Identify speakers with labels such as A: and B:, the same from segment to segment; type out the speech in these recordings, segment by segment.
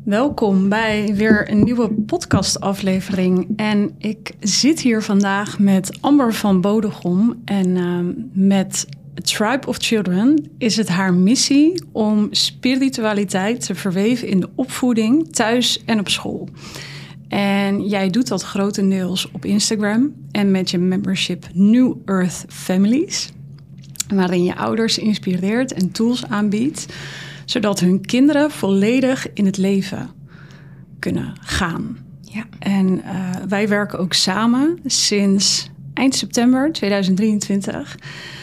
A: Welkom bij weer een nieuwe podcastaflevering. En ik zit hier vandaag met Amber van Bodegom. En met Tribe of Children is het haar missie om spiritualiteit te verweven in de opvoeding, thuis en op school. En jij doet dat grotendeels op Instagram en met je membership New Earth Families, waarin je ouders inspireert en tools aanbiedt, zodat hun kinderen volledig in het leven kunnen gaan.
B: Ja.
A: En wij werken ook samen sinds eind september 2023.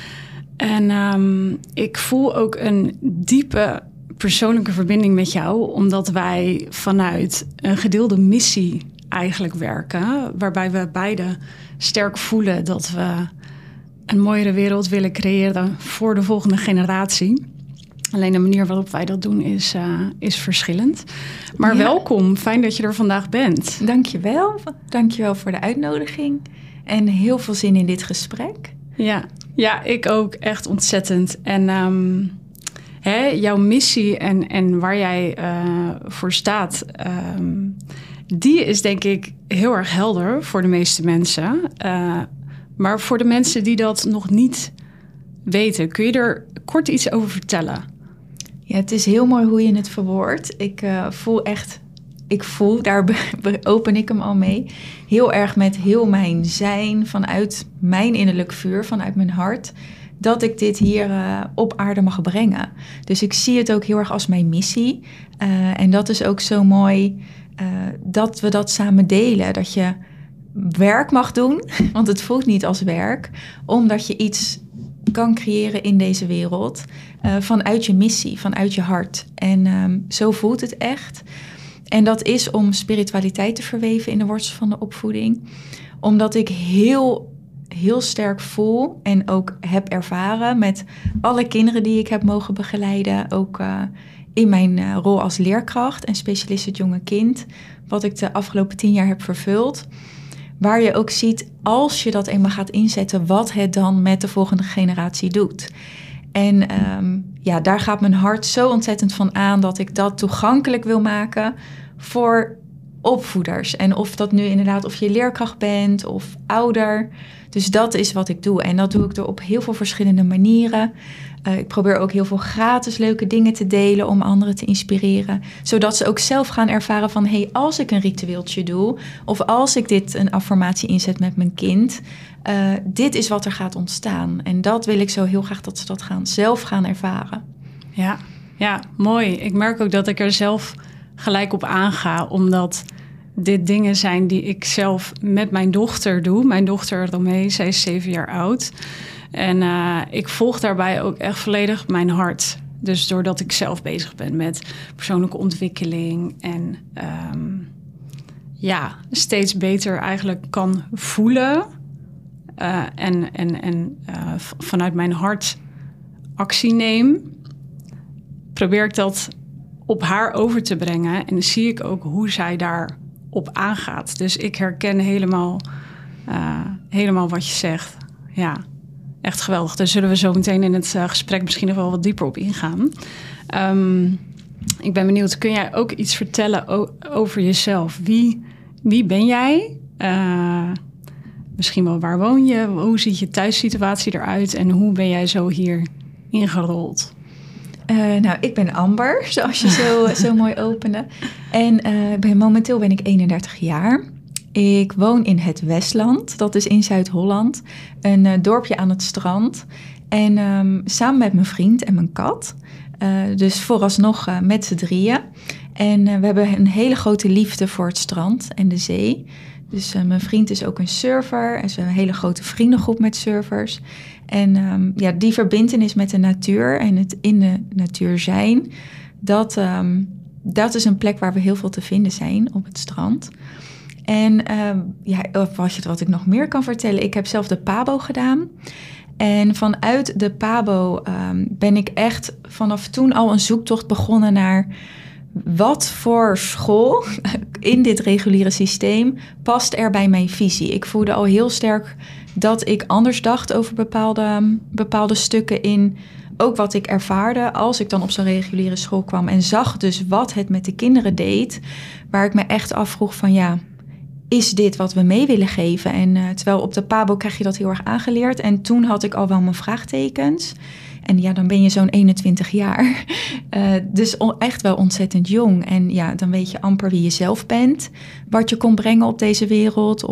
A: En ik voel ook een diepe persoonlijke verbinding met jou, omdat wij vanuit een gedeelde missie eigenlijk werken, waarbij we beide sterk voelen dat we een mooiere wereld willen creëren voor de volgende generatie. Alleen de manier waarop wij dat doen is verschillend. Maar welkom, fijn dat je er vandaag bent.
B: Dankjewel. Dankjewel voor de uitnodiging. En heel veel zin in dit gesprek.
A: Ja, ik ook echt ontzettend. En jouw missie en waar jij voor staat, die is denk ik heel erg helder voor de meeste mensen. Maar voor de mensen die dat nog niet weten, kun je er kort iets over vertellen?
B: Ja, het is heel mooi hoe je het verwoordt. Ik voel, daar open ik hem al mee, heel erg met heel mijn zijn, vanuit mijn innerlijk vuur, vanuit mijn hart, dat ik dit hier op aarde mag brengen. Dus ik zie het ook heel erg als mijn missie. En dat is ook zo mooi dat we dat samen delen. Dat je werk mag doen, want het voelt niet als werk, omdat je iets kan creëren in deze wereld vanuit je missie, vanuit je hart. En zo voelt het echt. En dat is om spiritualiteit te verweven in de wortels van de opvoeding. Omdat ik heel sterk voel en ook heb ervaren met alle kinderen die ik heb mogen begeleiden, ook in mijn rol als leerkracht en specialist het jonge kind, wat ik de afgelopen 10 jaar heb vervuld. Waar je ook ziet, als je dat eenmaal gaat inzetten, wat het dan met de volgende generatie doet. En daar gaat mijn hart zo ontzettend van aan dat ik dat toegankelijk wil maken voor opvoeders. En of dat nu inderdaad, of je leerkracht bent of ouder. Dus dat is wat ik doe. En dat doe ik door op heel veel verschillende manieren. Ik probeer ook heel veel gratis leuke dingen te delen om anderen te inspireren. Zodat ze ook zelf gaan ervaren van, hey, als ik een ritueeltje doe, of als ik een affirmatie inzet met mijn kind, dit is wat er gaat ontstaan. En dat wil ik zo heel graag dat ze dat zelf gaan ervaren.
A: Ja, mooi. Ik merk ook dat ik er zelf gelijk op aanga, omdat dit dingen zijn die ik zelf met mijn dochter doe. Mijn dochter Romee, zij is 7 jaar oud. En ik volg daarbij ook echt volledig mijn hart. Dus doordat ik zelf bezig ben met persoonlijke ontwikkeling en steeds beter eigenlijk kan voelen en vanuit mijn hart actie neem, probeer ik dat op haar over te brengen. En dan zie ik ook hoe zij daarop aangaat. Dus ik herken helemaal wat je zegt. Ja, echt geweldig. Daar zullen we zo meteen in het gesprek misschien nog wel wat dieper op ingaan. Ik ben benieuwd, kun jij ook iets vertellen over jezelf? Wie ben jij? Misschien wel, waar woon je? Hoe ziet je thuissituatie eruit? En hoe ben jij zo hier ingerold?
B: Ik ben Amber, zoals je zo mooi opende. En momenteel ben ik 31 jaar. Ik woon in het Westland, dat is in Zuid-Holland. Een dorpje aan het strand. En samen met mijn vriend en mijn kat. Dus vooralsnog met z'n drieën. En we hebben een hele grote liefde voor het strand en de zee. Dus mijn vriend is ook een surfer. Er is een hele grote vriendengroep met surfers. En die verbintenis met de natuur en het in de natuur zijn, dat is een plek waar we heel veel te vinden zijn op het strand. En wat ik nog meer kan vertellen, ik heb zelf de PABO gedaan. En vanuit de PABO ben ik echt vanaf toen al een zoektocht begonnen naar wat voor school in dit reguliere systeem past er bij mijn visie. Ik voelde al heel sterk dat ik anders dacht over bepaalde stukken in ook wat ik ervaarde als ik dan op zo'n reguliere school kwam en zag dus wat het met de kinderen deed, waar ik me echt afvroeg van ja, is dit wat we mee willen geven? En terwijl op de PABO krijg je dat heel erg aangeleerd. En toen had ik al wel mijn vraagtekens. En ja, dan ben je zo'n 21 jaar. Dus echt wel ontzettend jong. En ja, dan weet je amper wie je zelf bent. Wat je kon brengen op deze wereld.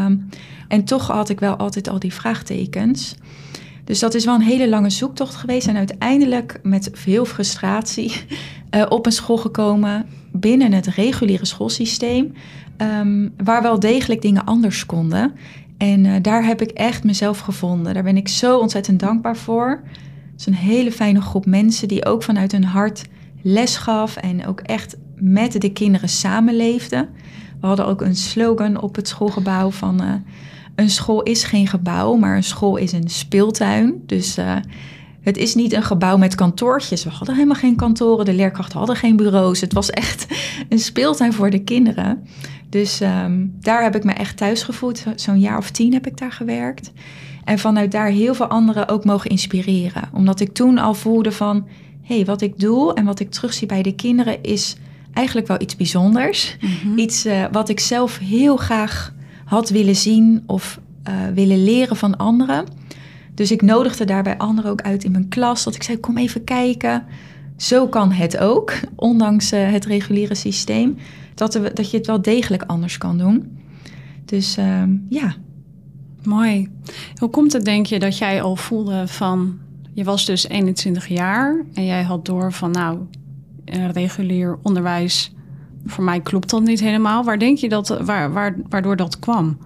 B: En toch had ik wel altijd al die vraagtekens. Dus dat is wel een hele lange zoektocht geweest. En uiteindelijk met veel frustratie op een school gekomen binnen het reguliere schoolsysteem. Waar wel degelijk dingen anders konden. En daar heb ik echt mezelf gevonden. Daar ben ik zo ontzettend dankbaar voor. Het is een hele fijne groep mensen die ook vanuit hun hart les gaf en ook echt met de kinderen samenleefden. We hadden ook een slogan op het schoolgebouw van een school is geen gebouw, maar een school is een speeltuin. Dus het is niet een gebouw met kantoortjes. We hadden helemaal geen kantoren, de leerkrachten hadden geen bureaus. Het was echt een speeltuin voor de kinderen. Dus daar heb ik me echt thuis gevoeld. Zo'n jaar of 10 heb ik daar gewerkt. En vanuit daar heel veel anderen ook mogen inspireren. Omdat ik toen al voelde van, hé, wat ik doe en wat ik terugzie bij de kinderen is eigenlijk wel iets bijzonders. Mm-hmm. Iets wat ik zelf heel graag had willen zien of willen leren van anderen. Dus ik nodigde daarbij anderen ook uit in mijn klas. Dat ik zei, kom even kijken. Zo kan het ook, ondanks het reguliere systeem. Dat je het wel degelijk anders kan doen. Dus ja.
A: Mooi. Hoe komt het, denk je, dat jij al voelde van... Je was dus 21 jaar en jij had door van... nou, regulier onderwijs, voor mij klopt dat niet helemaal. Waar denk je dat, waardoor dat kwam?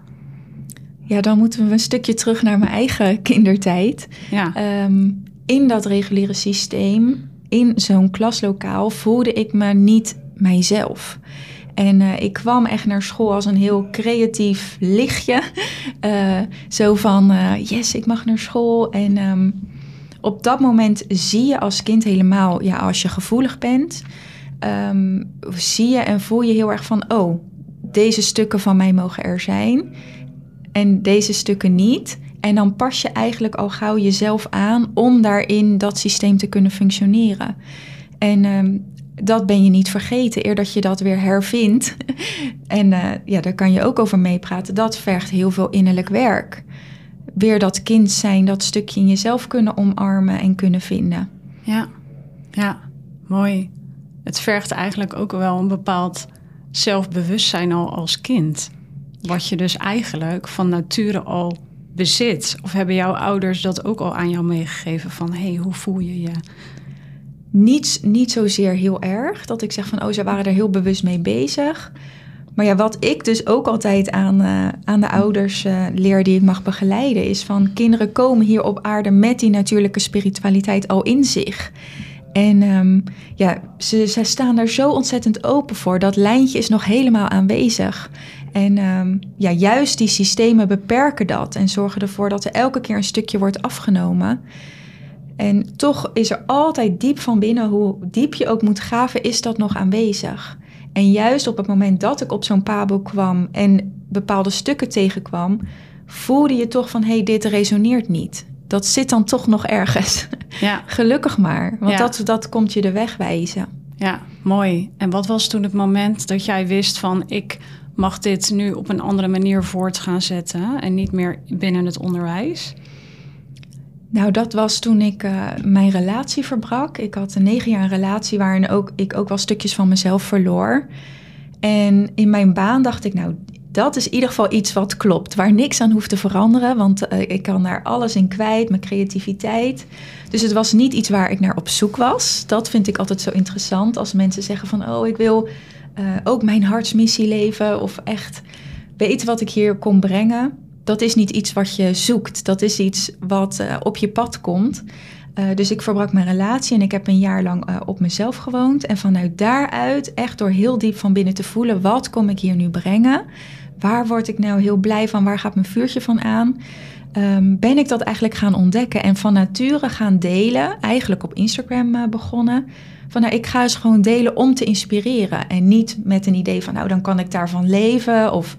B: Ja, dan moeten we een stukje terug naar mijn eigen kindertijd. Ja. In dat reguliere systeem, in zo'n klaslokaal, voelde ik me niet mijzelf. En ik kwam echt naar school als een heel creatief lichtje. Zo van, yes, ik mag naar school. En op dat moment zie je als kind helemaal, ja, als je gevoelig bent... zie je en voel je heel erg van, oh, deze stukken van mij mogen er zijn... en deze stukken niet. En dan pas je eigenlijk al gauw jezelf aan om daarin dat systeem te kunnen functioneren. En dat ben je niet vergeten, eer dat je dat weer hervindt. En ja, daar kan je ook over meepraten. Dat vergt heel veel innerlijk werk. Weer dat kind zijn, dat stukje in jezelf kunnen omarmen en kunnen vinden.
A: Ja, mooi. Het vergt eigenlijk ook wel een bepaald zelfbewustzijn al als kind... Wat je dus eigenlijk van nature al bezit. Of hebben jouw ouders dat ook al aan jou meegegeven? Van, hé, hoe voel je je?
B: Niet zozeer heel erg. Dat ik zeg van, oh, ze waren er heel bewust mee bezig. Maar ja, wat ik dus ook altijd aan de ouders leer die ik mag begeleiden... is van, kinderen komen hier op aarde met die natuurlijke spiritualiteit al in zich... En ja, ze staan er zo ontzettend open voor. Dat lijntje is nog helemaal aanwezig. En ja, juist die systemen beperken dat... en zorgen ervoor dat er elke keer een stukje wordt afgenomen. En toch is er altijd diep van binnen... hoe diep je ook moet graven, is dat nog aanwezig. En juist op het moment dat ik op zo'n PABO kwam... en bepaalde stukken tegenkwam... voelde je toch van, hé, dit resoneert niet... Dat zit dan toch nog ergens. Ja. Gelukkig maar, want dat komt je de weg wijzen.
A: Ja, mooi. En wat was toen het moment dat jij wist van... ik mag dit nu op een andere manier voort gaan zetten... en niet meer binnen het onderwijs?
B: Nou, dat was toen ik mijn relatie verbrak. Ik had 9 jaar een relatie waarin ik ook wel stukjes van mezelf verloor. En in mijn baan dacht ik, nou... Dat is in ieder geval iets wat klopt, waar niks aan hoeft te veranderen. Want ik kan daar alles in kwijt, mijn creativiteit. Dus het was niet iets waar ik naar op zoek was. Dat vind ik altijd zo interessant. Als mensen zeggen van, oh, ik wil ook mijn hartsmissie leven. Of echt weten wat ik hier kom brengen. Dat is niet iets wat je zoekt. Dat is iets wat op je pad komt. Dus ik verbrak mijn relatie en ik heb een jaar lang op mezelf gewoond. En vanuit daaruit echt door heel diep van binnen te voelen... wat kom ik hier nu brengen? Waar word ik nou heel blij van? Waar gaat mijn vuurtje van aan? Ben ik dat eigenlijk gaan ontdekken en van nature gaan delen. Eigenlijk op Instagram begonnen. Van nou, ik ga eens gewoon delen om te inspireren. En niet met een idee van nou, dan kan ik daarvan leven. Of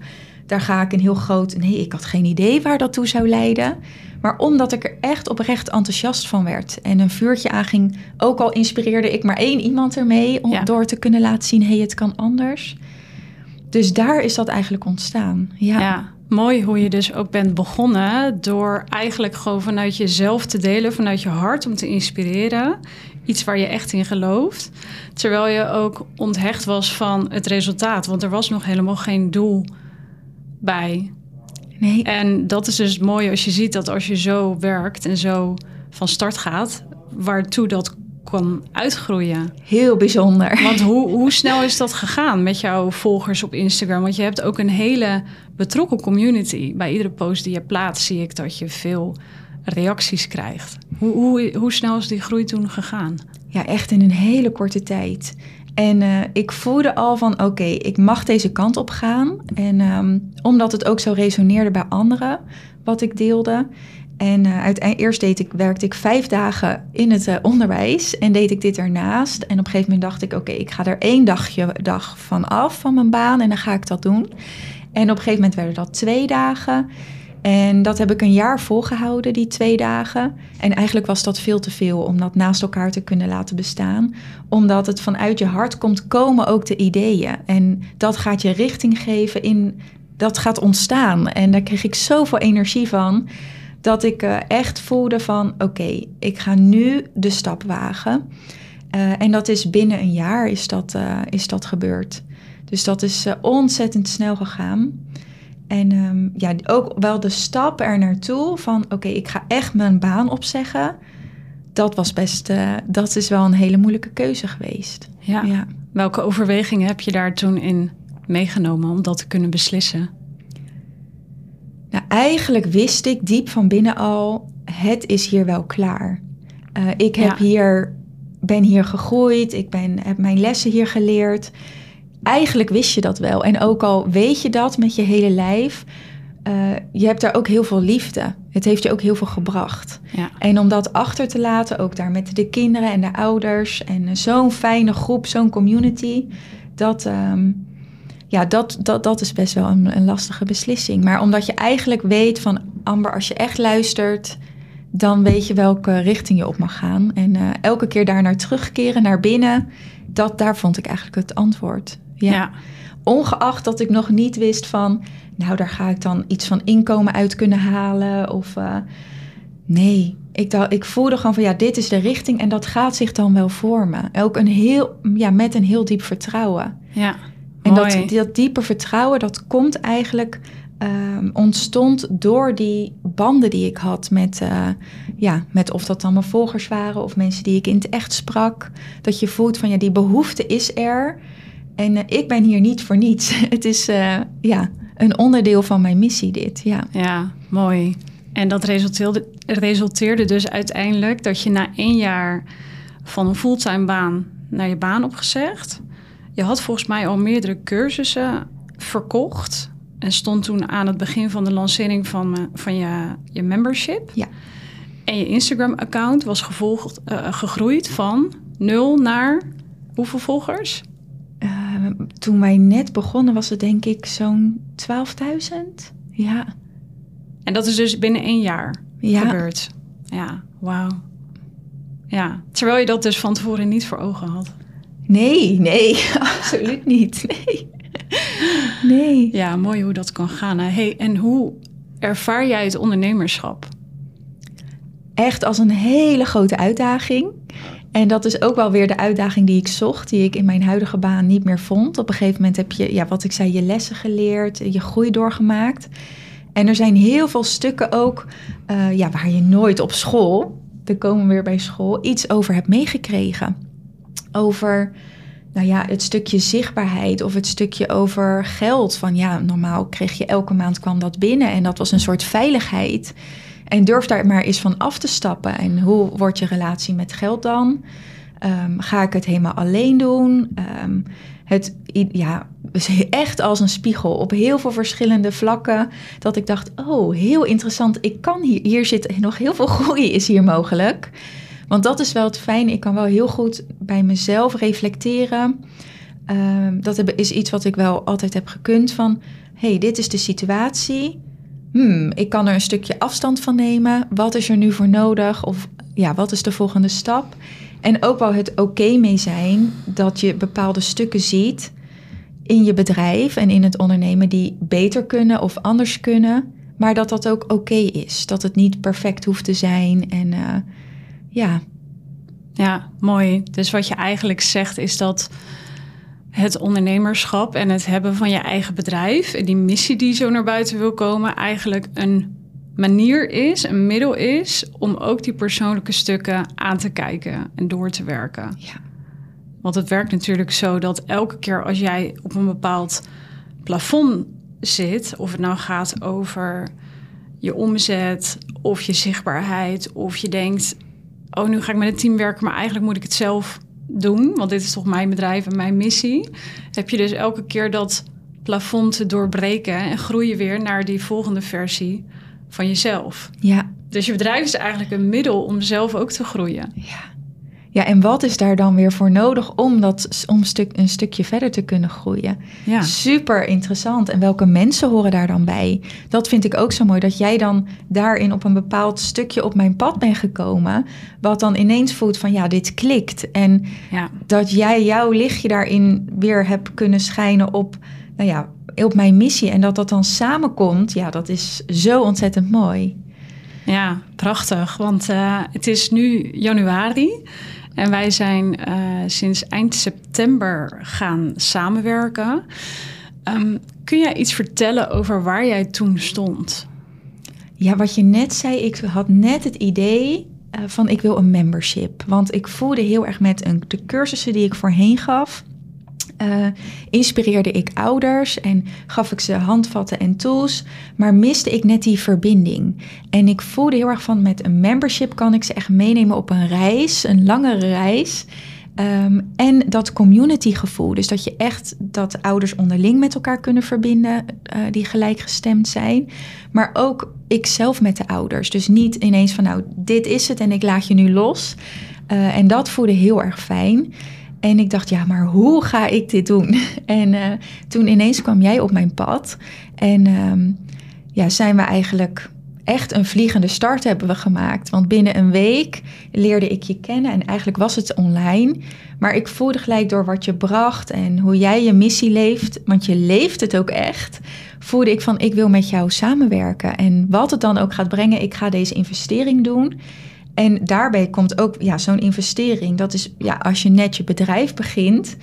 B: daar ga ik een heel groot... Nee, ik had geen idee waar dat toe zou leiden. Maar omdat ik er echt oprecht enthousiast van werd... en een vuurtje aanging, ook al inspireerde ik maar 1 iemand ermee... om door te kunnen laten zien, het kan anders. Dus daar is dat eigenlijk ontstaan.
A: Ja, mooi hoe je dus ook bent begonnen... door eigenlijk gewoon vanuit jezelf te delen, vanuit je hart om te inspireren... Iets waar je echt in gelooft. Terwijl je ook onthecht was van het resultaat. Want er was nog helemaal geen doel bij.
B: Nee.
A: En dat is dus mooi als je ziet dat als je zo werkt en zo van start gaat... waartoe dat kan uitgroeien.
B: Heel bijzonder.
A: Want hoe snel is dat gegaan met jouw volgers op Instagram? Want je hebt ook een hele betrokken community. Bij iedere post die je plaatst zie ik dat je veel... reacties krijgt. Hoe snel is die groei toen gegaan?
B: Ja, echt in een hele korte tijd. En ik voelde al van, oké, ik mag deze kant op gaan. En omdat het ook zo resoneerde bij anderen, wat ik deelde. En eerst werkte ik 5 dagen in het onderwijs en deed ik dit ernaast. En op een gegeven moment dacht ik, oké, ik ga er 1 dag van af van mijn baan en dan ga ik dat doen. En op een gegeven moment werden dat 2 dagen... En dat heb ik een jaar volgehouden, die 2 dagen. En eigenlijk was dat veel te veel om dat naast elkaar te kunnen laten bestaan. Omdat het vanuit je hart komt, komen ook de ideeën. En dat gaat je richting geven, dat gaat ontstaan. En daar kreeg ik zoveel energie van, dat ik echt voelde van... oké, ik ga nu de stap wagen. En dat is binnen een jaar is dat gebeurd. Dus dat is ontzettend snel gegaan. En ook wel de stap er naartoe van... oké, ik ga echt mijn baan opzeggen. Dat is wel een hele moeilijke keuze geweest.
A: Ja. Welke overwegingen heb je daar toen in meegenomen om dat te kunnen beslissen?
B: Nou, eigenlijk wist ik diep van binnen al... het is hier wel klaar. Ik ben hier gegroeid. Heb mijn lessen hier geleerd... Eigenlijk wist je dat wel. En ook al weet je dat met je hele lijf... je hebt daar ook heel veel liefde. Het heeft je ook heel veel gebracht. Ja. En om dat achter te laten, ook daar met de kinderen en de ouders... en zo'n fijne groep, zo'n community... dat is best wel een lastige beslissing. Maar omdat je eigenlijk weet van... Amber, als je echt luistert... dan weet je welke richting je op mag gaan. En elke keer daar naar terugkeren, naar binnen... daar vond ik eigenlijk het antwoord. Ja. Ongeacht dat ik nog niet wist van... nou, daar ga ik dan iets van inkomen uit kunnen halen. Of nee, ik voelde gewoon van... dit is de richting en dat gaat zich dan wel vormen. Ook met een heel diep vertrouwen.
A: Ja,
B: en dat diepe vertrouwen, dat komt eigenlijk... ontstond door die banden die ik had met of dat dan mijn volgers waren... of mensen die ik in het echt sprak. Dat je voelt van die behoefte is er... En ik ben hier niet voor niets. Het is een onderdeel van mijn missie dit.
A: Ja, mooi. En dat resulteerde dus uiteindelijk... dat je na 1 jaar van een fulltime baan naar je baan opgezegd. Je had volgens mij al meerdere cursussen verkocht... en stond toen aan het begin van de lancering van je membership. Ja. En je Instagram-account was gegroeid van 0 naar hoeveel volgers?
B: Toen wij net begonnen was het denk ik zo'n 12.000. Ja.
A: En dat is dus binnen 1 jaar gebeurd. Ja, wauw. Ja, terwijl je dat dus van tevoren niet voor ogen had.
B: Nee, absoluut niet. Nee.
A: Ja, mooi hoe dat kan gaan. Hey, en hoe ervaar jij het ondernemerschap?
B: Echt als een hele grote uitdaging. En dat is ook wel weer de uitdaging die ik zocht, die ik in mijn huidige baan niet meer vond. Op een gegeven moment heb je, wat ik zei, je lessen geleerd, je groei doorgemaakt. En er zijn heel veel stukken ook waar je nooit op school, dan komen we weer bij school, iets over hebt meegekregen. Over het stukje zichtbaarheid of het stukje over geld. Van normaal kreeg je elke maand kwam dat binnen en dat was een soort veiligheid. En durf daar maar eens van af te stappen. En hoe wordt je relatie met geld dan? Ga ik het helemaal alleen doen? Het is echt als een spiegel op heel veel verschillende vlakken. Dat ik dacht, heel interessant. Ik kan hier zit nog heel veel groei is hier mogelijk. Want dat is wel het fijne. Ik kan wel heel goed bij mezelf reflecteren. Dat is iets wat ik wel altijd heb gekund van... hey, dit is de situatie. Ik kan er een stukje afstand van nemen. Wat is er nu voor nodig? Of ja, wat is de volgende stap? En ook wel het oké mee zijn dat je bepaalde stukken ziet in je bedrijf en in het ondernemen die beter kunnen of anders kunnen. Maar dat dat ook oké is. Dat het niet perfect hoeft te zijn. En ja.
A: Ja, mooi. Dus wat je eigenlijk zegt is dat het ondernemerschap en het hebben van je eigen bedrijf en die missie die zo naar buiten wil komen, eigenlijk een manier is, een middel is om ook die persoonlijke stukken aan te kijken en door te werken.
B: Ja.
A: Want het werkt natuurlijk zo dat elke keer als jij op een bepaald plafond zit, of het nou gaat over je omzet of je zichtbaarheid, of je denkt, oh, nu ga ik met een team werken, maar eigenlijk moet ik het zelf doen, want dit is toch mijn bedrijf en mijn missie. Heb je dus elke keer dat plafond te doorbreken en groei je weer naar die volgende versie van jezelf.
B: Ja.
A: Dus je bedrijf is eigenlijk een middel om zelf ook te groeien.
B: Ja, en wat is daar dan weer voor nodig om een stukje verder te kunnen groeien?
A: Ja.
B: Super interessant. En welke mensen horen daar dan bij? Dat vind ik ook zo mooi, dat jij dan daarin op een bepaald stukje op mijn pad bent gekomen, wat dan ineens voelt van ja, dit klikt. En dat jij jouw lichtje daarin weer hebt kunnen schijnen op, op mijn missie. En dat dan samenkomt, ja, dat is zo ontzettend mooi.
A: Ja, prachtig. Want het is nu januari en wij zijn sinds eind september gaan samenwerken. Kun jij iets vertellen over waar jij toen stond?
B: Ja, wat je net zei, ik had net het idee van ik wil een membership. Want ik voelde heel erg met de cursussen die ik voorheen gaf, inspireerde ik ouders en gaf ik ze handvatten en tools, maar miste ik net die verbinding. En ik voelde heel erg van met een membership kan ik ze echt meenemen op een reis, een langere reis. En dat community gevoel, dus dat je echt dat ouders onderling met elkaar kunnen verbinden, die gelijkgestemd zijn. Maar ook ikzelf met de ouders. Dus niet ineens van nou, dit is het en ik laat je nu los. En dat voelde heel erg fijn. En ik dacht, ja, maar hoe ga ik dit doen? En toen ineens kwam jij op mijn pad. En zijn we eigenlijk echt een vliegende start hebben we gemaakt. Want binnen een week leerde ik je kennen. En eigenlijk was het online. Maar ik voelde gelijk door wat je bracht en hoe jij je missie leeft. Want je leeft het ook echt. Voelde ik van, ik wil met jou samenwerken. En wat het dan ook gaat brengen, ik ga deze investering doen. En daarbij komt ook zo'n investering. Dat is als je net je bedrijf begint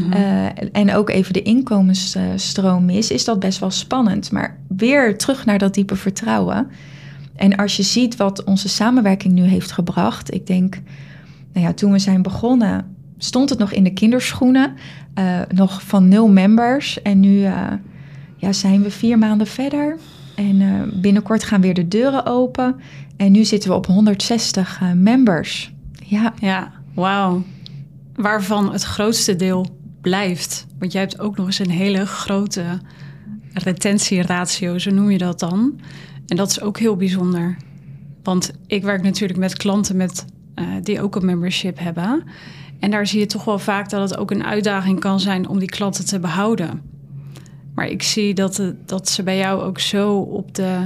B: en ook even de inkomensstroom is dat best wel spannend. Maar weer terug naar dat diepe vertrouwen. En als je ziet wat onze samenwerking nu heeft gebracht. Ik denk, toen we zijn begonnen, stond het nog in de kinderschoenen. Nog van 0 members. En nu zijn we 4 maanden verder. En binnenkort gaan weer de deuren open. En nu zitten we op 160 members.
A: Ja, wauw. Waarvan het grootste deel blijft. Want jij hebt ook nog eens een hele grote retentieratio, zo noem je dat dan. En dat is ook heel bijzonder. Want ik werk natuurlijk met klanten die ook een membership hebben. En daar zie je toch wel vaak dat het ook een uitdaging kan zijn om die klanten te behouden. Maar ik zie dat ze bij jou ook zo op de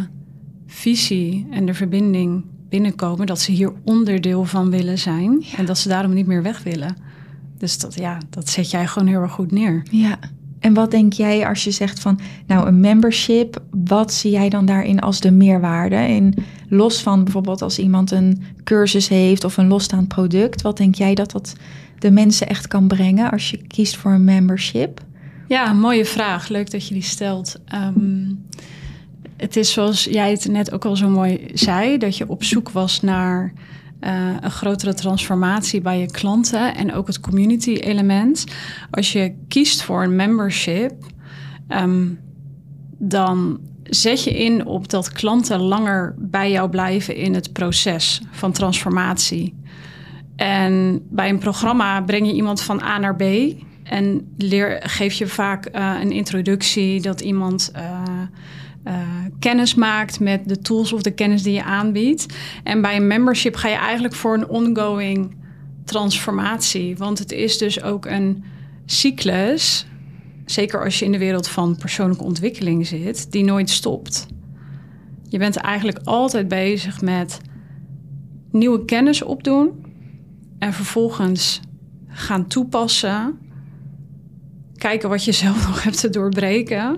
A: visie en de verbinding binnenkomen, dat ze hier onderdeel van willen zijn en dat ze daarom niet meer weg willen. Dus dat zet jij gewoon heel erg goed neer.
B: Ja, en wat denk jij als je zegt van, een membership, wat zie jij dan daarin als de meerwaarde? En los van bijvoorbeeld als iemand een cursus heeft of een losstaand product, wat denk jij dat de mensen echt kan brengen als je kiest voor een membership?
A: Ja, een mooie vraag. Leuk dat je die stelt. Het is zoals jij het net ook al zo mooi zei, dat je op zoek was naar een grotere transformatie bij je klanten en ook het community element. Als je kiest voor een membership, dan zet je in op dat klanten langer bij jou blijven in het proces van transformatie. En bij een programma breng je iemand van A naar B en geef je vaak een introductie dat iemand kennis maakt met de tools of de kennis die je aanbiedt. En bij een membership ga je eigenlijk voor een ongoing transformatie. Want het is dus ook een cyclus, zeker als je in de wereld van persoonlijke ontwikkeling zit, die nooit stopt. Je bent eigenlijk altijd bezig met nieuwe kennis opdoen en vervolgens gaan toepassen, kijken wat je zelf nog hebt te doorbreken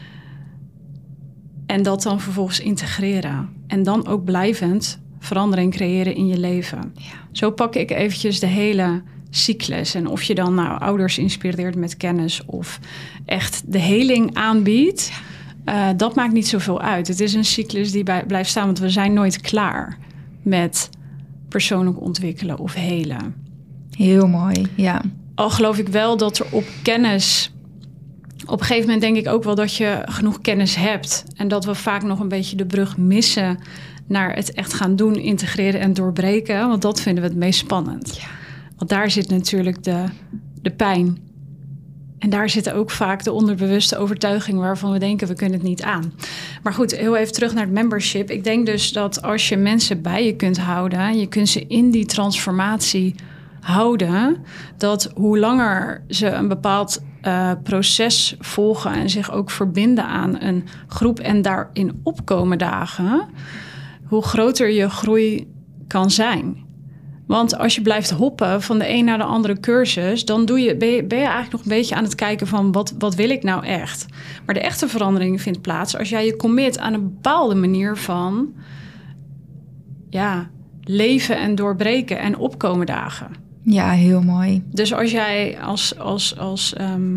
A: en dat dan vervolgens integreren. En dan ook blijvend verandering creëren in je leven. Ja. Zo pak ik eventjes de hele cyclus. En of je dan ouders inspireert met kennis of echt de heling aanbiedt, dat maakt niet zoveel uit. Het is een cyclus die blijft staan, want we zijn nooit klaar met persoonlijk ontwikkelen of helen.
B: Heel mooi, ja.
A: Al geloof ik wel dat er op kennis... Op een gegeven moment denk ik ook wel dat je genoeg kennis hebt. En dat we vaak nog een beetje de brug missen naar het echt gaan doen, integreren en doorbreken. Want dat vinden we het meest spannend. Ja. Want daar zit natuurlijk de pijn. En daar zitten ook vaak de onderbewuste overtuigingen waarvan we denken we kunnen het niet aan. Maar goed, heel even terug naar het membership. Ik denk dus dat als je mensen bij je kunt houden, je kunt ze in die transformatie houden, dat hoe langer ze een bepaald proces volgen en zich ook verbinden aan een groep en daarin opkomen dagen, hoe groter je groei kan zijn. Want als je blijft hoppen van de een naar de andere cursus, dan ben je eigenlijk nog een beetje aan het kijken van wat wil ik nou echt? Maar de echte verandering vindt plaats als jij je commit aan een bepaalde manier van leven en doorbreken en opkomen dagen.
B: Ja, heel mooi.
A: Dus als jij als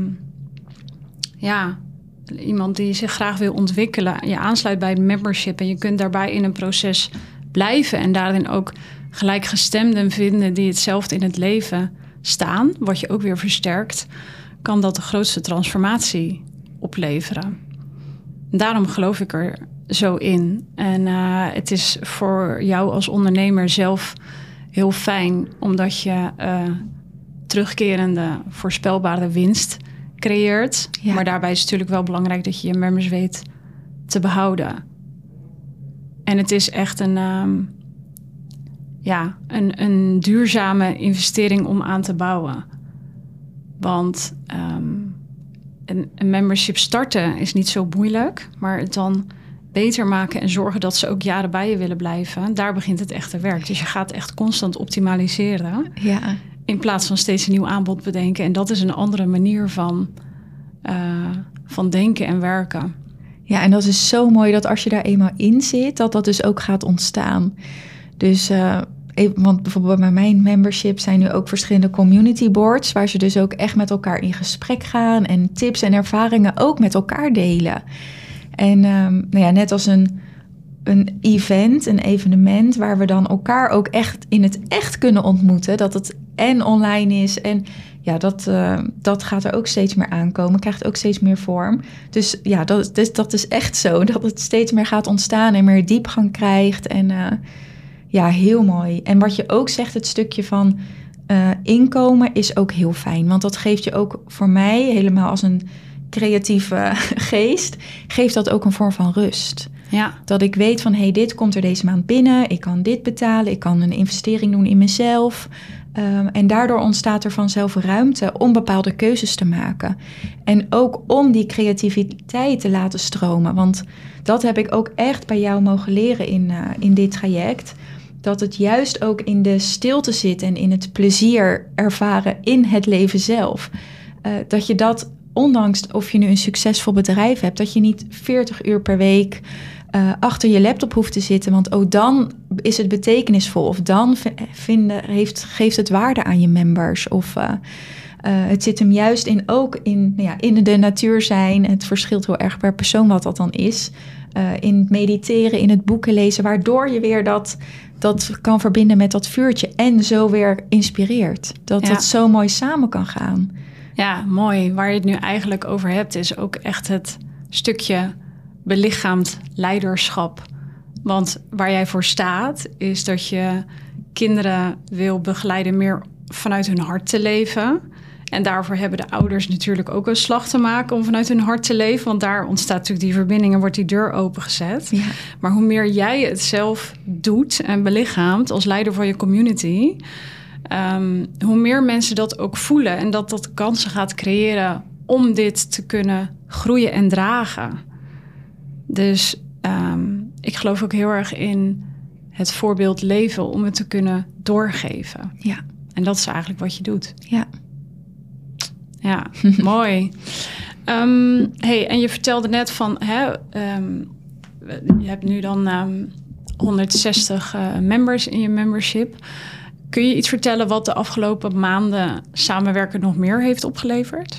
A: iemand die zich graag wil ontwikkelen, je aansluit bij het membership en je kunt daarbij in een proces blijven en daarin ook gelijkgestemden vinden die hetzelfde in het leven staan, wat je ook weer versterkt, kan dat de grootste transformatie opleveren. En daarom geloof ik er zo in. En het is voor jou als ondernemer zelf heel fijn, omdat je terugkerende, voorspelbare winst creëert. Ja. Maar daarbij is het natuurlijk wel belangrijk dat je je members weet te behouden. En het is echt een duurzame investering om aan te bouwen. Want een membership starten is niet zo moeilijk, maar het dan beter maken en zorgen dat ze ook jaren bij je willen blijven, daar begint het echte werk. Dus je gaat echt constant optimaliseren. Ja. In plaats van steeds een nieuw aanbod bedenken. En dat is een andere manier van denken en werken.
B: Ja, en dat is zo mooi dat als je daar eenmaal in zit, dat dus ook gaat ontstaan. Dus, want bijvoorbeeld bij mijn membership zijn nu ook verschillende community boards, waar ze dus ook echt met elkaar in gesprek gaan en tips en ervaringen ook met elkaar delen. En net als een event, een evenement, waar we dan elkaar ook echt in het echt kunnen ontmoeten, dat het en online is en dat gaat er ook steeds meer aankomen, krijgt ook steeds meer vorm. Dus ja, dat is echt zo, dat het steeds meer gaat ontstaan en meer diepgang krijgt en heel mooi. En wat je ook zegt, het stukje van inkomen is ook heel fijn, want dat geeft je ook voor mij helemaal als een creatieve geest, geeft dat ook een vorm van rust. Ja. Dat ik weet van, dit komt er deze maand binnen, ik kan dit betalen, ik kan een investering doen in mezelf. En daardoor ontstaat er vanzelf ruimte om bepaalde keuzes te maken. En ook om die creativiteit te laten stromen. Want dat heb ik ook echt bij jou mogen leren in dit traject. Dat het juist ook in de stilte zit en in het plezier ervaren in het leven zelf. Dat je dat, ondanks of je nu een succesvol bedrijf hebt, dat je niet 40 uur per week achter je laptop hoeft te zitten. Want ook dan is het betekenisvol. Of dan geeft het waarde aan je members. Of het zit hem juist in de natuur zijn. Het verschilt heel erg per persoon wat dat dan is. In het mediteren, in het boeken lezen. Waardoor je weer dat kan verbinden met dat vuurtje. En zo weer inspireert. Dat het zo mooi samen kan gaan.
A: Ja, mooi. Waar je het nu eigenlijk over hebt, is ook echt het stukje belichaamd leiderschap. Want waar jij voor staat, is dat je kinderen wil begeleiden meer vanuit hun hart te leven. En daarvoor hebben de ouders natuurlijk ook een slag te maken om vanuit hun hart te leven. Want daar ontstaat natuurlijk die verbinding en wordt die deur opengezet. Ja. Maar hoe meer jij het zelf doet en belichaamt als leider van je community, hoe meer mensen dat ook voelen en dat kansen gaat creëren om dit te kunnen groeien en dragen. Dus ik geloof ook heel erg in het voorbeeld leven om het te kunnen doorgeven.
B: Ja.
A: En dat is eigenlijk wat je doet.
B: Ja,
A: mooi. Hey, en je vertelde net van, je hebt nu dan 160 members in je membership. Kun je iets vertellen wat de afgelopen maanden samenwerken nog meer heeft opgeleverd?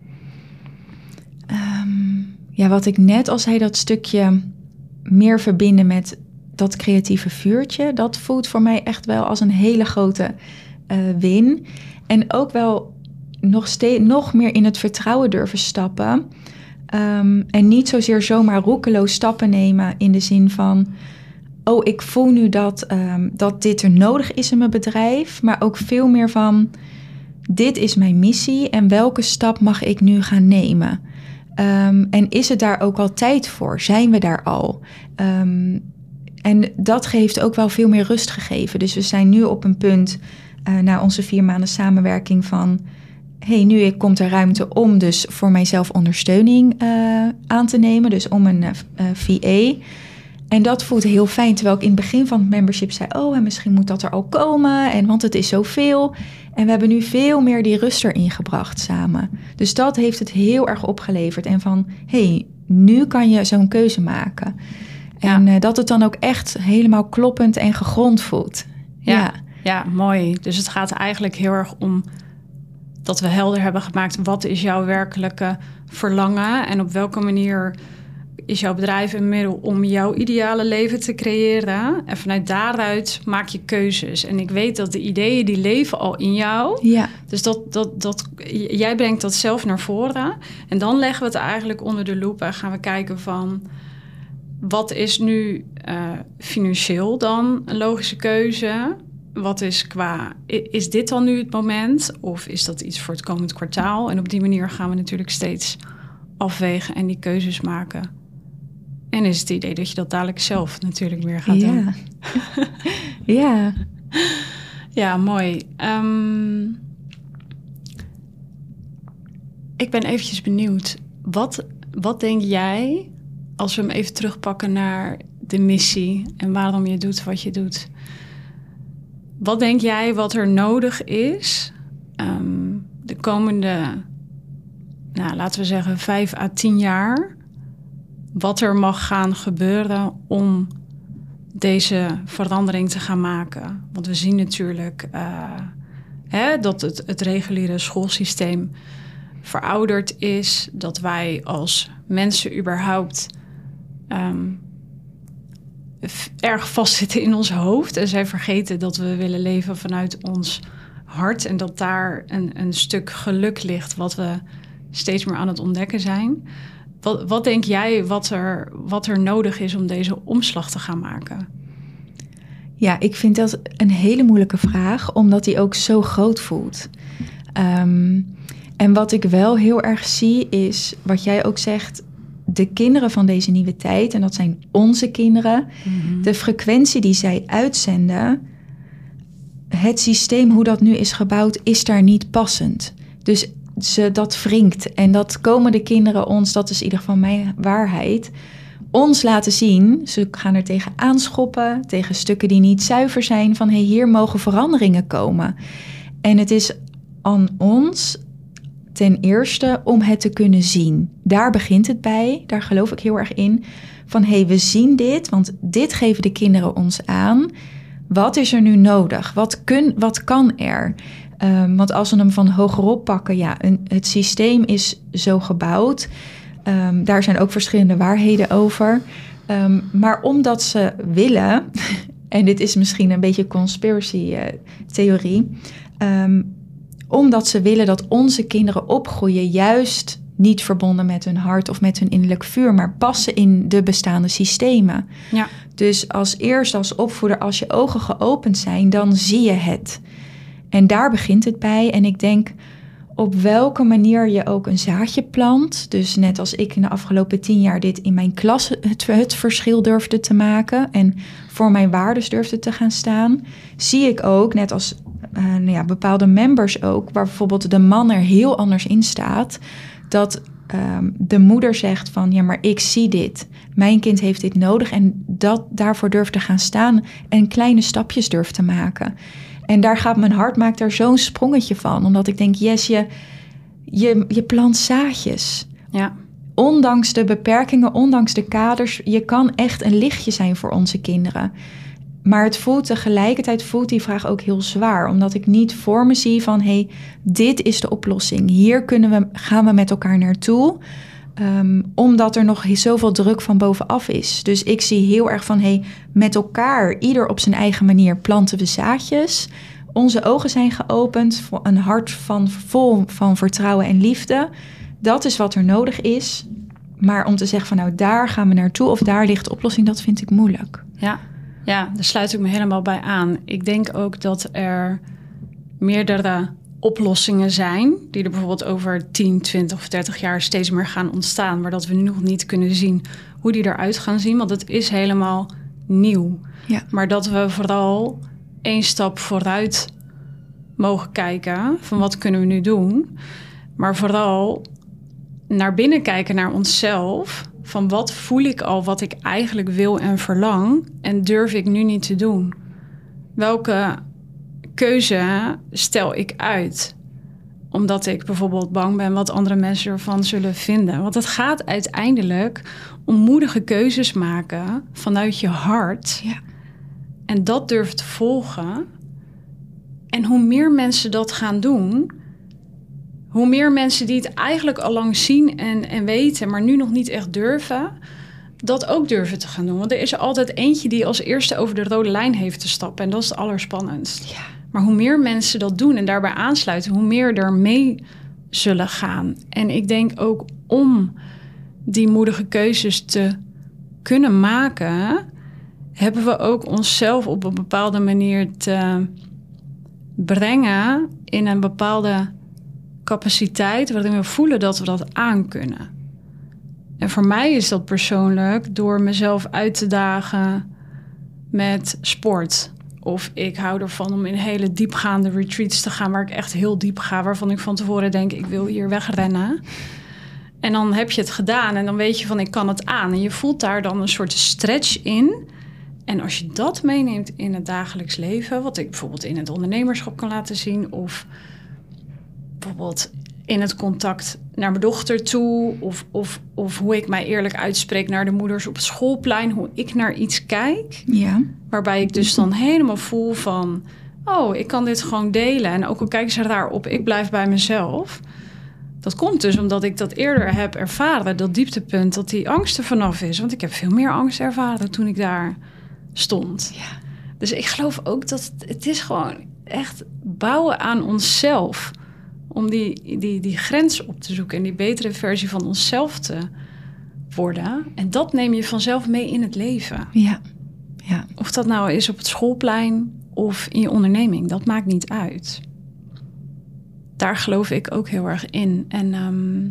B: Ja, wat ik net al zei, dat stukje meer verbinden met dat creatieve vuurtje, dat voelt voor mij echt wel als een hele grote win. En ook wel nog meer in het vertrouwen durven stappen. En niet zozeer zomaar roekeloos stappen nemen in de zin van, oh, ik voel nu dat dit er nodig is in mijn bedrijf. Maar ook veel meer van, dit is mijn missie en welke stap mag ik nu gaan nemen? En is het daar ook al tijd voor? Zijn we daar al? En dat heeft ook wel veel meer rust gegeven. Dus we zijn nu op een punt na onze 4 maanden samenwerking van, hey, nu komt er ruimte om dus voor mijzelf ondersteuning aan te nemen. Dus om een VA. En dat voelt heel fijn. Terwijl ik in het begin van het membership zei, oh, en misschien moet dat er al komen. Want het is zoveel. En we hebben nu veel meer die rust erin gebracht samen. Dus dat heeft het heel erg opgeleverd. En van, hey, nu kan je zo'n keuze maken. En dat het dan ook echt helemaal kloppend en gegrond voelt.
A: Ja, mooi. Dus het gaat eigenlijk heel erg om dat we helder hebben gemaakt, wat is jouw werkelijke verlangen en op welke manier is jouw bedrijf een middel om jouw ideale leven te creëren. En vanuit daaruit maak je keuzes. En ik weet dat de ideeën die leven al in jou.
B: Ja.
A: Dus jij brengt dat zelf naar voren. En dan leggen we het eigenlijk onder de loep en gaan we kijken van, wat is nu financieel dan een logische keuze? Wat is dit dan nu het moment? Of is dat iets voor het komend kwartaal? En op die manier gaan we natuurlijk steeds afwegen en die keuzes maken. En is het idee dat je dat dadelijk zelf natuurlijk meer gaat doen.
B: Ja.
A: Ja, mooi. Ik ben eventjes benieuwd. Wat denk jij, als we hem even terugpakken naar de missie en waarom je doet wat je doet? Wat denk jij wat er nodig is de komende, laten we zeggen 5 à 10 jaar, wat er mag gaan gebeuren om deze verandering te gaan maken? Want we zien natuurlijk dat het reguliere schoolsysteem verouderd is, dat wij als mensen überhaupt erg vastzitten in ons hoofd. En zij vergeten dat we willen leven vanuit ons hart en dat daar een stuk geluk ligt wat we steeds meer aan het ontdekken zijn. Wat denk jij wat er nodig is om deze omslag te gaan maken?
B: Ja, ik vind dat een hele moeilijke vraag, omdat die ook zo groot voelt. En wat ik wel heel erg zie is, wat jij ook zegt, de kinderen van deze nieuwe tijd, en dat zijn onze kinderen, de frequentie die zij uitzenden, het systeem hoe dat nu is gebouwd, is daar niet passend. Dus dat wringt. En dat komen de kinderen ons, dat is in ieder geval mijn waarheid, ons laten zien. Ze gaan er tegen aanschoppen, tegen stukken die niet zuiver zijn, van hey, hier mogen veranderingen komen. En het is aan ons ten eerste om het te kunnen zien. Daar begint het bij, daar geloof ik heel erg in. Van hey, we zien dit, want dit geven de kinderen ons aan. Wat is er nu nodig? Wat kan er? Want als we hem van hogerop pakken, het systeem is zo gebouwd. Daar zijn ook verschillende waarheden over. Maar omdat ze willen, en dit is misschien een beetje conspiracy theorie, omdat ze willen dat onze kinderen opgroeien juist niet verbonden met hun hart of met hun innerlijk vuur, maar passen in de bestaande systemen. Ja. Dus als opvoeder, als je ogen geopend zijn, dan zie je het. En daar begint het bij. En ik denk, op welke manier je ook een zaadje plant, dus net als ik in de afgelopen 10 jaar dit in mijn klas het verschil durfde te maken en voor mijn waardes durfde te gaan staan, zie ik ook, net als bepaalde members ook, waar bijvoorbeeld de man er heel anders in staat, dat de moeder zegt van, ja, maar ik zie dit. Mijn kind heeft dit nodig en daarvoor durft te gaan staan en kleine stapjes durft te maken. En daar gaat mijn hart, maakt er zo'n sprongetje van. Omdat ik denk, yes, je plant zaadjes.
A: Ja.
B: Ondanks de beperkingen, ondanks de kaders, je kan echt een lichtje zijn voor onze kinderen. Maar tegelijkertijd voelt die vraag ook heel zwaar. Omdat ik niet voor me zie van, hey, dit is de oplossing. Hier gaan we met elkaar naartoe. Omdat er nog zoveel druk van bovenaf is. Dus ik zie heel erg van, hey, met elkaar, ieder op zijn eigen manier, planten we zaadjes. Onze ogen zijn geopend, voor een hart vol van vertrouwen en liefde. Dat is wat er nodig is. Maar om te zeggen van, nou, daar gaan we naartoe of daar ligt de oplossing, dat vind ik moeilijk.
A: Ja, daar sluit ik me helemaal bij aan. Ik denk ook dat er meerdere oplossingen zijn die er bijvoorbeeld over 10, 20 of 30 jaar steeds meer gaan ontstaan, maar dat we nu nog niet kunnen zien hoe die eruit gaan zien, want het is helemaal nieuw.
B: Ja.
A: Maar dat we vooral 1 stap vooruit mogen kijken van wat kunnen we nu doen, maar vooral naar binnen kijken naar onszelf, van wat voel ik al wat ik eigenlijk wil en verlang en durf ik nu niet te doen? Welke keuze stel ik uit? Omdat ik bijvoorbeeld bang ben wat andere mensen ervan zullen vinden. Want het gaat uiteindelijk om moedige keuzes maken vanuit je hart.
B: Ja.
A: En dat durven te volgen. En hoe meer mensen dat gaan doen, hoe meer mensen die het eigenlijk al lang zien en weten, maar nu nog niet echt durven, dat ook durven te gaan doen. Want er is er altijd eentje die als eerste over de rode lijn heeft te stappen. En dat is het allerspannendst.
B: Ja.
A: Maar hoe meer mensen dat doen en daarbij aansluiten, hoe meer er mee zullen gaan. En ik denk ook om die moedige keuzes te kunnen maken, hebben we ook onszelf op een bepaalde manier te brengen in een bepaalde capaciteit waarin we voelen dat we dat aan kunnen. En voor mij is dat persoonlijk door mezelf uit te dagen met sport. Of ik hou ervan om in hele diepgaande retreats te gaan waar ik echt heel diep ga, waarvan ik van tevoren denk, ik wil hier wegrennen. En dan heb je het gedaan en dan weet je van, ik kan het aan. En je voelt daar dan een soort stretch in. En als je dat meeneemt in het dagelijks leven, wat ik bijvoorbeeld in het ondernemerschap kan laten zien, of bijvoorbeeld in het contact naar mijn dochter toe, of hoe ik mij eerlijk uitspreek naar de moeders op het schoolplein, hoe ik naar iets kijk.
B: Ja.
A: Waarbij ik dus dan helemaal voel van, oh, ik kan dit gewoon delen. En ook al kijken ze raar op, ik blijf bij mezelf. Dat komt dus omdat ik dat eerder heb ervaren, dat dieptepunt, dat die angst er vanaf is. Want ik heb veel meer angst ervaren toen ik daar stond.
B: Ja.
A: Dus ik geloof ook dat het is gewoon echt bouwen aan onszelf. Om die grens op te zoeken en die betere versie van onszelf te worden. En dat neem je vanzelf mee in het leven.
B: Ja. Ja.
A: Of dat nou is op het schoolplein of in je onderneming, dat maakt niet uit. Daar geloof ik ook heel erg in. En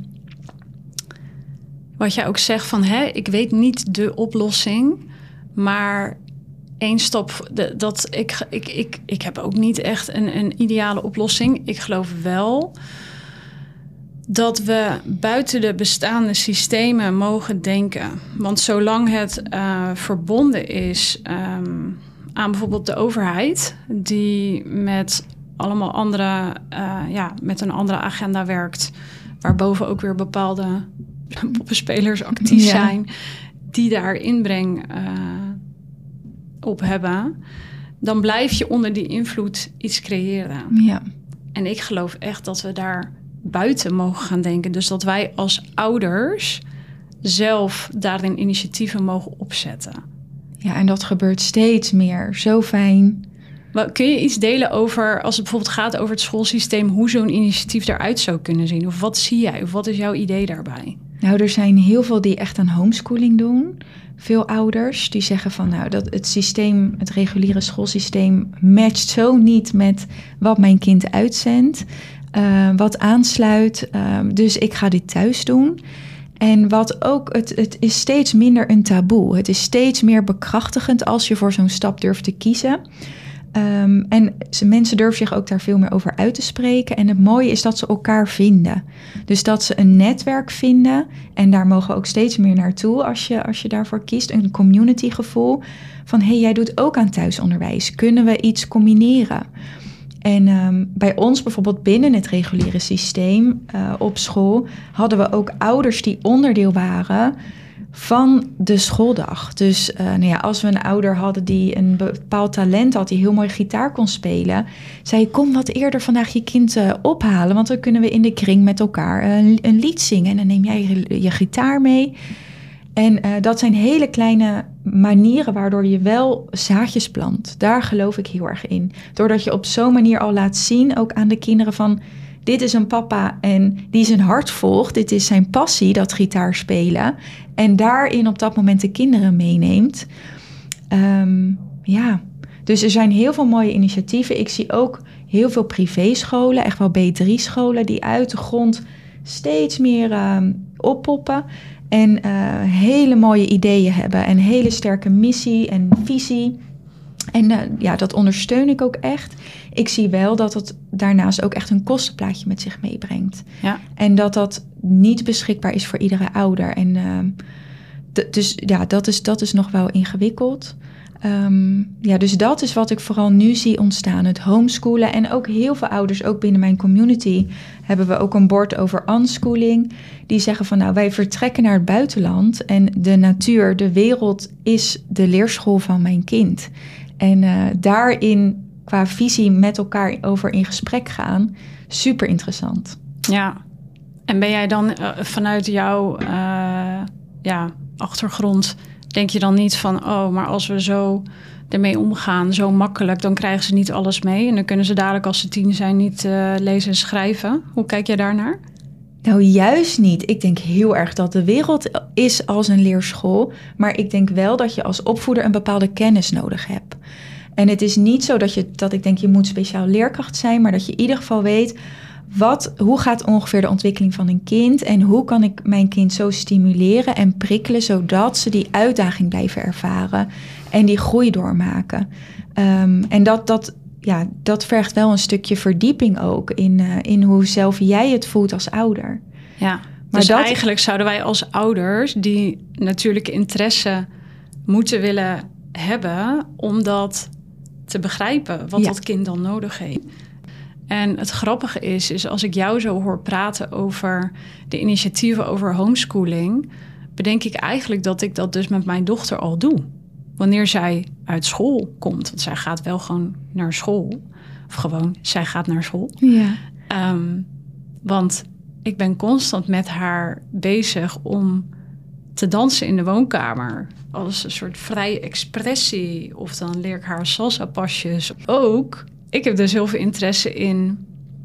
A: wat jij ook zegt van, ik weet niet de oplossing, maar 1 stap, ik heb ook niet echt een ideale oplossing. Ik geloof wel dat we buiten de bestaande systemen mogen denken. Want zolang het verbonden is aan bijvoorbeeld de overheid, die met allemaal andere, met een andere agenda werkt, waarboven ook weer bepaalde poppenspelers actief zijn, die daar inbreng op hebben, dan blijf je onder die invloed iets creëren.
B: Ja.
A: En ik geloof echt dat we daar buiten mogen gaan denken. Dus dat wij als ouders zelf daarin initiatieven mogen opzetten.
B: Ja, en dat gebeurt steeds meer. Zo fijn.
A: Maar kun je iets delen over, als het bijvoorbeeld gaat over het schoolsysteem, hoe zo'n initiatief eruit zou kunnen zien? Of wat zie jij? Of wat is jouw idee daarbij?
B: Nou, er zijn heel veel die echt aan homeschooling doen. Veel ouders die zeggen van, nou, dat het systeem, het reguliere schoolsysteem matcht zo niet met wat mijn kind uitzendt, wat aansluit. Dus ik ga dit thuis doen. En wat ook, het is steeds minder een taboe. Het is steeds meer bekrachtigend als je voor zo'n stap durft te kiezen. En mensen durven zich ook daar veel meer over uit te spreken. En het mooie is dat ze elkaar vinden. Dus dat ze een netwerk vinden. En daar mogen we ook steeds meer naartoe als je daarvoor kiest. Een communitygevoel van, hey, jij doet ook aan thuisonderwijs. Kunnen we iets combineren? En bij ons bijvoorbeeld binnen het reguliere systeem op school hadden we ook ouders die onderdeel waren van de schooldag. Dus als we een ouder hadden die een bepaald talent had, die heel mooi gitaar kon spelen, zei je, kom wat eerder vandaag je kind ophalen, want dan kunnen we in de kring met elkaar een lied zingen. En dan neem jij je gitaar mee. En dat zijn hele kleine manieren waardoor je wel zaadjes plant. Daar geloof ik heel erg in. Doordat je op zo'n manier al laat zien, ook aan de kinderen van, dit is een papa en die zijn hart volgt. Dit is zijn passie, dat gitaar spelen. En daarin op dat moment de kinderen meeneemt. Dus er zijn heel veel mooie initiatieven. Ik zie ook heel veel privéscholen, echt wel B3-scholen, die uit de grond steeds meer oppoppen. En hele mooie ideeën hebben en hele sterke missie en visie. En dat ondersteun ik ook echt. Ik zie wel dat het daarnaast ook echt een kostenplaatje met zich meebrengt.
A: Ja.
B: En dat niet beschikbaar is voor iedere ouder. En dat is nog wel ingewikkeld. Dus dat is wat ik vooral nu zie ontstaan. Het homeschoolen. En ook heel veel ouders, ook binnen mijn community, hebben we ook een bord over unschooling. Die zeggen van, wij vertrekken naar het buitenland. En de natuur, de wereld is de leerschool van mijn kind. En daarin qua visie met elkaar over in gesprek gaan, super interessant.
A: Ja, en ben jij dan vanuit jouw achtergrond, denk je dan niet van, maar als we zo ermee omgaan, zo makkelijk, dan krijgen ze niet alles mee en dan kunnen ze dadelijk als ze 10 zijn niet lezen en schrijven. Hoe kijk jij daarnaar?
B: Nou, juist niet. Ik denk heel erg dat de wereld is als een leerschool, maar ik denk wel dat je als opvoeder een bepaalde kennis nodig hebt. En het is niet zo dat ik denk je moet speciaal leerkracht zijn, maar dat je in ieder geval weet, hoe gaat ongeveer de ontwikkeling van een kind en hoe kan ik mijn kind zo stimuleren en prikkelen, zodat ze die uitdaging blijven ervaren en die groei doormaken. En dat vergt wel een stukje verdieping ook in hoe zelf jij het voelt als ouder.
A: Ja, maar dus eigenlijk zouden wij als ouders die natuurlijke interesse moeten willen hebben om dat te begrijpen, wat dat kind dan nodig heeft. En het grappige is als ik jou zo hoor praten over de initiatieven over homeschooling, bedenk ik eigenlijk dat ik dat dus met mijn dochter al doe. Wanneer zij uit school komt, want zij gaat wel gewoon naar school. Of gewoon, zij gaat naar school.
B: Ja.
A: Want ik ben constant met haar bezig om te dansen in de woonkamer. Als een soort vrije expressie. Of dan leer ik haar salsa-pasjes. Ook, ik heb dus heel veel interesse in,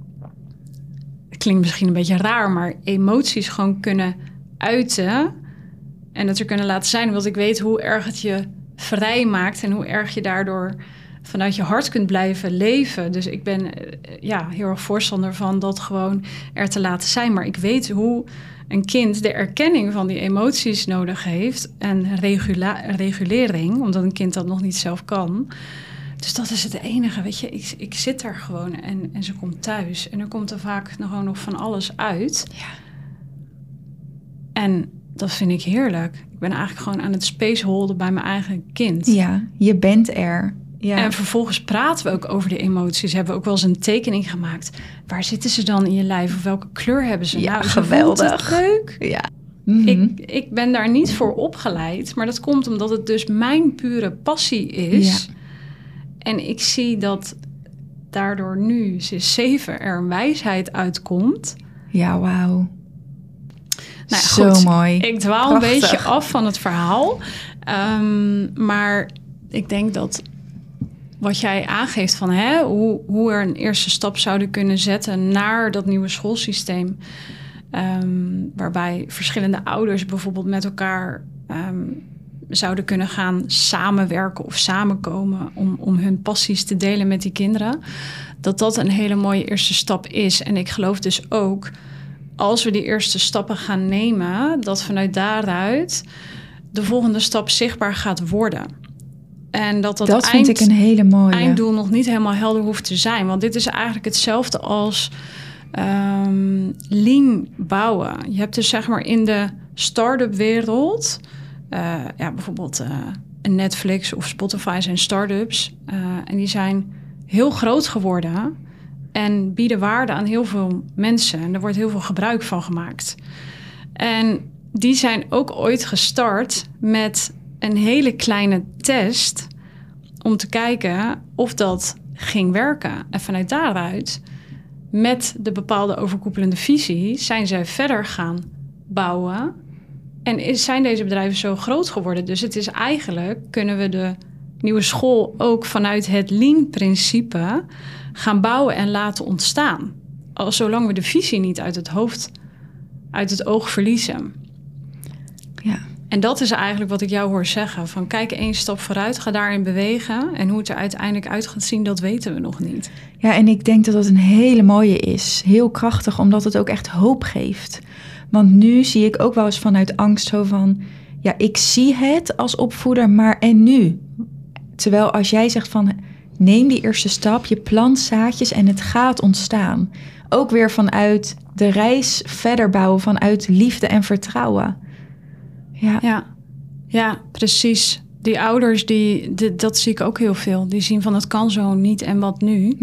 A: het klinkt misschien een beetje raar, maar emoties gewoon kunnen uiten. En dat er kunnen laten zijn. Omdat ik weet hoe erg het je vrij maakt. En hoe erg je daardoor vanuit je hart kunt blijven leven. Dus ik ben heel erg voorstander van dat gewoon er te laten zijn. Maar ik weet hoe een kind de erkenning van die emoties nodig heeft. En regulering, omdat een kind dat nog niet zelf kan. Dus dat is het enige, weet je. Ik zit daar gewoon en ze komt thuis. En er komt er vaak gewoon nog van alles uit.
B: Ja.
A: En dat vind ik heerlijk. Ik ben eigenlijk gewoon aan het spaceholden bij mijn eigen kind.
B: Ja, je bent er. Ja.
A: En vervolgens praten we ook over de emoties. Hebben we ook wel eens een tekening gemaakt. Waar zitten ze dan in je lijf? Of welke kleur hebben ze?
B: Ja,
A: nou,
B: geweldig.
A: Leuk.
B: Ja.
A: Mm-hmm. Ik ben daar niet voor opgeleid. Maar dat komt omdat het dus mijn pure passie is. Ja. En ik zie dat daardoor nu, ze is 7, er een wijsheid uitkomt.
B: Ja, wauw.
A: Nou,
B: zo
A: goed,
B: mooi.
A: Ik dwaal
B: Prachtig.
A: een beetje af van het verhaal. Maar ik denk dat wat jij aangeeft van hoe er een eerste stap zouden kunnen zetten naar dat nieuwe schoolsysteem. Waarbij verschillende ouders bijvoorbeeld met elkaar zouden kunnen gaan samenwerken of samenkomen om hun passies te delen met die kinderen. Dat een hele mooie eerste stap is. En ik geloof dus ook, als we die eerste stappen gaan nemen, dat vanuit daaruit de volgende stap zichtbaar gaat worden. En dat
B: vind ik een hele mooie.
A: Einddoel nog niet helemaal helder hoeft te zijn. Want dit is eigenlijk hetzelfde als lean bouwen. Je hebt dus zeg maar in de start-up wereld... bijvoorbeeld een Netflix of Spotify zijn start-ups. En die zijn heel groot geworden... en bieden waarde aan heel veel mensen. En er wordt heel veel gebruik van gemaakt. En die zijn ook ooit gestart met een hele kleine test... om te kijken of dat ging werken. En vanuit daaruit, met de bepaalde overkoepelende visie... zijn zij verder gaan bouwen... en zijn deze bedrijven zo groot geworden. Dus het is eigenlijk, kunnen we de nieuwe school... ook vanuit het Lean-principe gaan bouwen en laten ontstaan. Zolang we de visie niet uit het oog verliezen.
B: Ja.
A: En dat is eigenlijk wat ik jou hoor zeggen. Van kijk 1 stap vooruit, ga daarin bewegen. En hoe het er uiteindelijk uit gaat zien, dat weten we nog niet.
B: Ja, en ik denk dat dat een hele mooie is. Heel krachtig, omdat het ook echt hoop geeft. Want nu zie ik ook wel eens vanuit angst zo van... ja, ik zie het als opvoeder, maar en nu? Terwijl als jij zegt van... neem die eerste stap, je plant zaadjes en het gaat ontstaan. Ook weer vanuit de reis verder bouwen, vanuit liefde en vertrouwen.
A: Ja, precies. Die ouders, dat zie ik ook heel veel. Die zien van het kan zo niet en wat nu.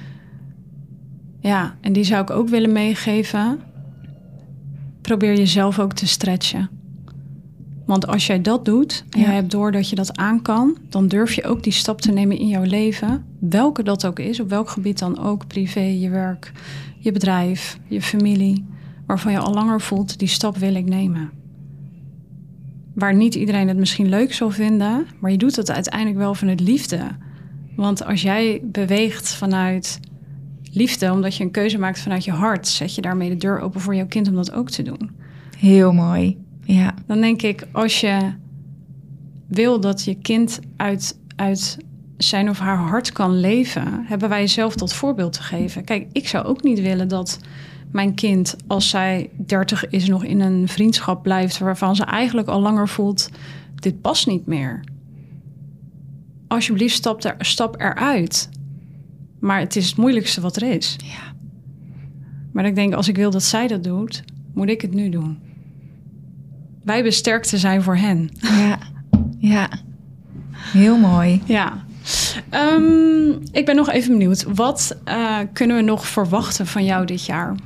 A: Ja, en die zou ik ook willen meegeven. Probeer jezelf ook te stretchen. Want als jij dat doet en jij hebt door dat je dat aan kan... dan durf je ook die stap te nemen in jouw leven. Welke dat ook is, op welk gebied dan ook. Privé, je werk, je bedrijf, je familie. Waarvan je al langer voelt, die stap wil ik nemen. Waar niet iedereen het misschien leuk zal vinden... maar je doet het uiteindelijk wel vanuit liefde. Want als jij beweegt vanuit liefde... omdat je een keuze maakt vanuit je hart... zet je daarmee de deur open voor jouw kind om dat ook te doen.
B: Heel mooi, ja.
A: Dan denk ik, als je wil dat je kind uit zijn of haar hart kan leven... hebben wij zelf tot voorbeeld te geven. Kijk, ik zou ook niet willen dat mijn kind, als zij 30 is... nog in een vriendschap blijft waarvan ze eigenlijk al langer voelt... dit past niet meer. Alsjeblieft, stap eruit. Maar het is het moeilijkste wat er is.
B: Ja.
A: Maar ik denk, als ik wil dat zij dat doet, moet ik het nu doen. Wij hebben sterk te zijn voor hen.
B: Ja. Heel mooi.
A: Ja. Ik ben nog even benieuwd. Wat kunnen we nog verwachten van jou dit jaar?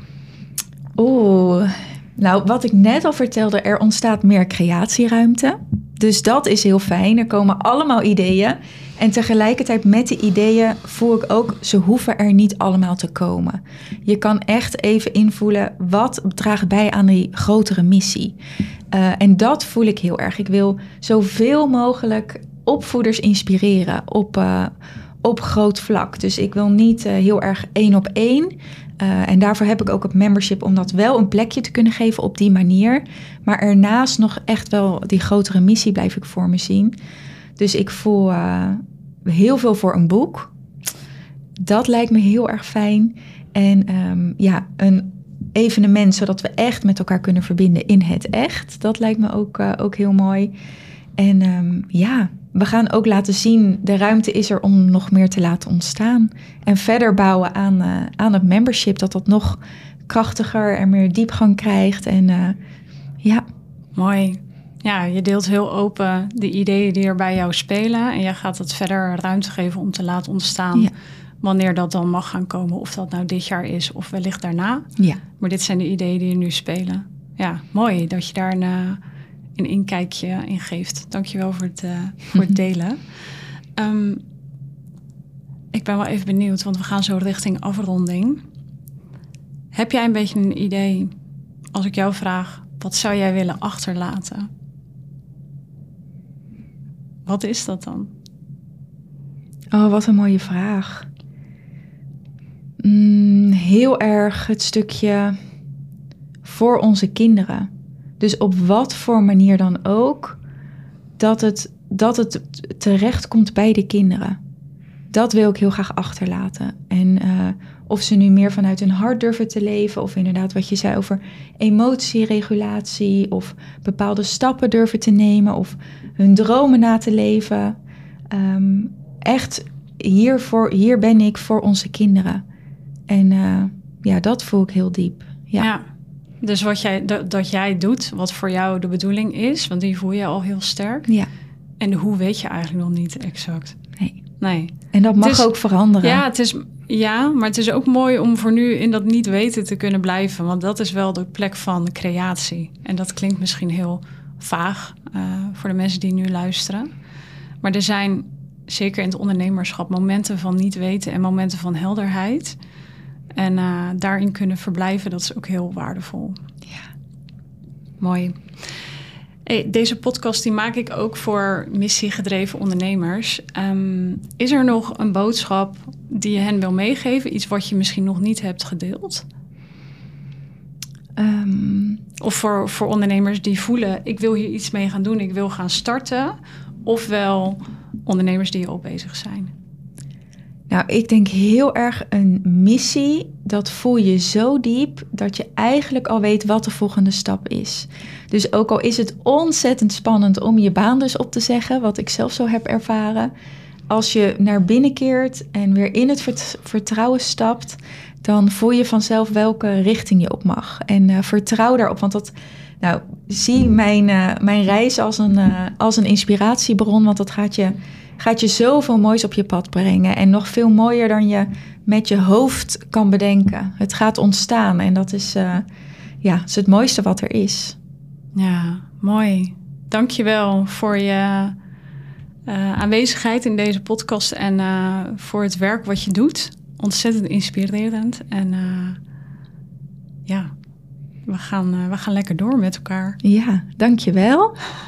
B: Nou, wat ik net al vertelde, er ontstaat meer creatieruimte. Dus dat is heel fijn. Er komen allemaal ideeën. En tegelijkertijd met de ideeën voel ik ook, ze hoeven er niet allemaal te komen. Je kan echt even invoelen, wat draagt bij aan die grotere missie? En dat voel ik heel erg. Ik wil zoveel mogelijk opvoeders inspireren op groot vlak. Dus ik wil niet heel erg 1-op-1. En daarvoor heb ik ook het membership om dat wel een plekje te kunnen geven op die manier. Maar ernaast nog echt wel die grotere missie blijf ik voor me zien. Dus ik voel heel veel voor een boek. Dat lijkt me heel erg fijn. En een evenement zodat we echt met elkaar kunnen verbinden in het echt. Dat lijkt me ook heel mooi. En we gaan ook laten zien, de ruimte is er om nog meer te laten ontstaan. En verder bouwen aan het membership, dat nog krachtiger en meer diepgang krijgt. En
A: Mooi. Ja, je deelt heel open de ideeën die er bij jou spelen. En jij gaat het verder ruimte geven om te laten ontstaan. Ja. Wanneer dat dan mag gaan komen. Of dat nou dit jaar is of wellicht daarna.
B: Ja.
A: Maar dit zijn de ideeën die er nu spelen. Ja, mooi dat je daar een inkijkje in geeft. Dank je wel voor het delen. Ik ben wel even benieuwd, want we gaan zo richting afronding. Heb jij een beetje een idee, als ik jou vraag, wat zou jij willen achterlaten? Wat is dat dan?
B: Oh, wat een mooie vraag. Heel erg het stukje voor onze kinderen. Dus op wat voor manier dan ook, dat het terecht komt bij de kinderen. Dat wil ik heel graag achterlaten. En of ze nu meer vanuit hun hart durven te leven, of inderdaad wat je zei over emotieregulatie, of bepaalde stappen durven te nemen, of hun dromen na te leven. Echt, hier ben ik voor onze kinderen. En dat voel ik heel diep. Ja.
A: Dus dat jij doet wat voor jou de bedoeling is, want die voel je al heel sterk.
B: Ja.
A: En de hoe weet je eigenlijk nog niet exact. Nee.
B: En dat mag ook veranderen.
A: Maar het is ook mooi om voor nu in dat niet weten te kunnen blijven. Want dat is wel de plek van creatie. En dat klinkt misschien heel vaag voor de mensen die nu luisteren. Maar er zijn, zeker in het ondernemerschap, momenten van niet weten en momenten van helderheid. En daarin kunnen verblijven, dat is ook heel waardevol.
B: Ja.
A: Mooi. Hey, deze podcast die maak ik ook voor missiegedreven ondernemers. Is er nog een boodschap die je hen wil meegeven? Iets wat je misschien nog niet hebt gedeeld? Of voor ondernemers die voelen, ik wil hier iets mee gaan doen, ik wil gaan starten. Ofwel ondernemers die al bezig zijn.
B: Nou, ik denk heel erg een missie. Dat voel je zo diep dat je eigenlijk al weet wat de volgende stap is. Dus ook al is het ontzettend spannend om je baan dus op te zeggen, wat ik zelf zo heb ervaren. Als je naar binnen keert en weer in het vertrouwen stapt, dan voel je vanzelf welke richting je op mag. En vertrouw daarop, want zie mijn reis als een inspiratiebron, want dat gaat je zoveel moois op je pad brengen. En nog veel mooier dan je met je hoofd kan bedenken. Het gaat ontstaan en dat is, is het mooiste wat er is.
A: Ja, mooi. Dank je wel voor je aanwezigheid in deze podcast en voor het werk wat je doet. Ontzettend inspirerend. En we gaan lekker door met elkaar.
B: Ja, dank je wel.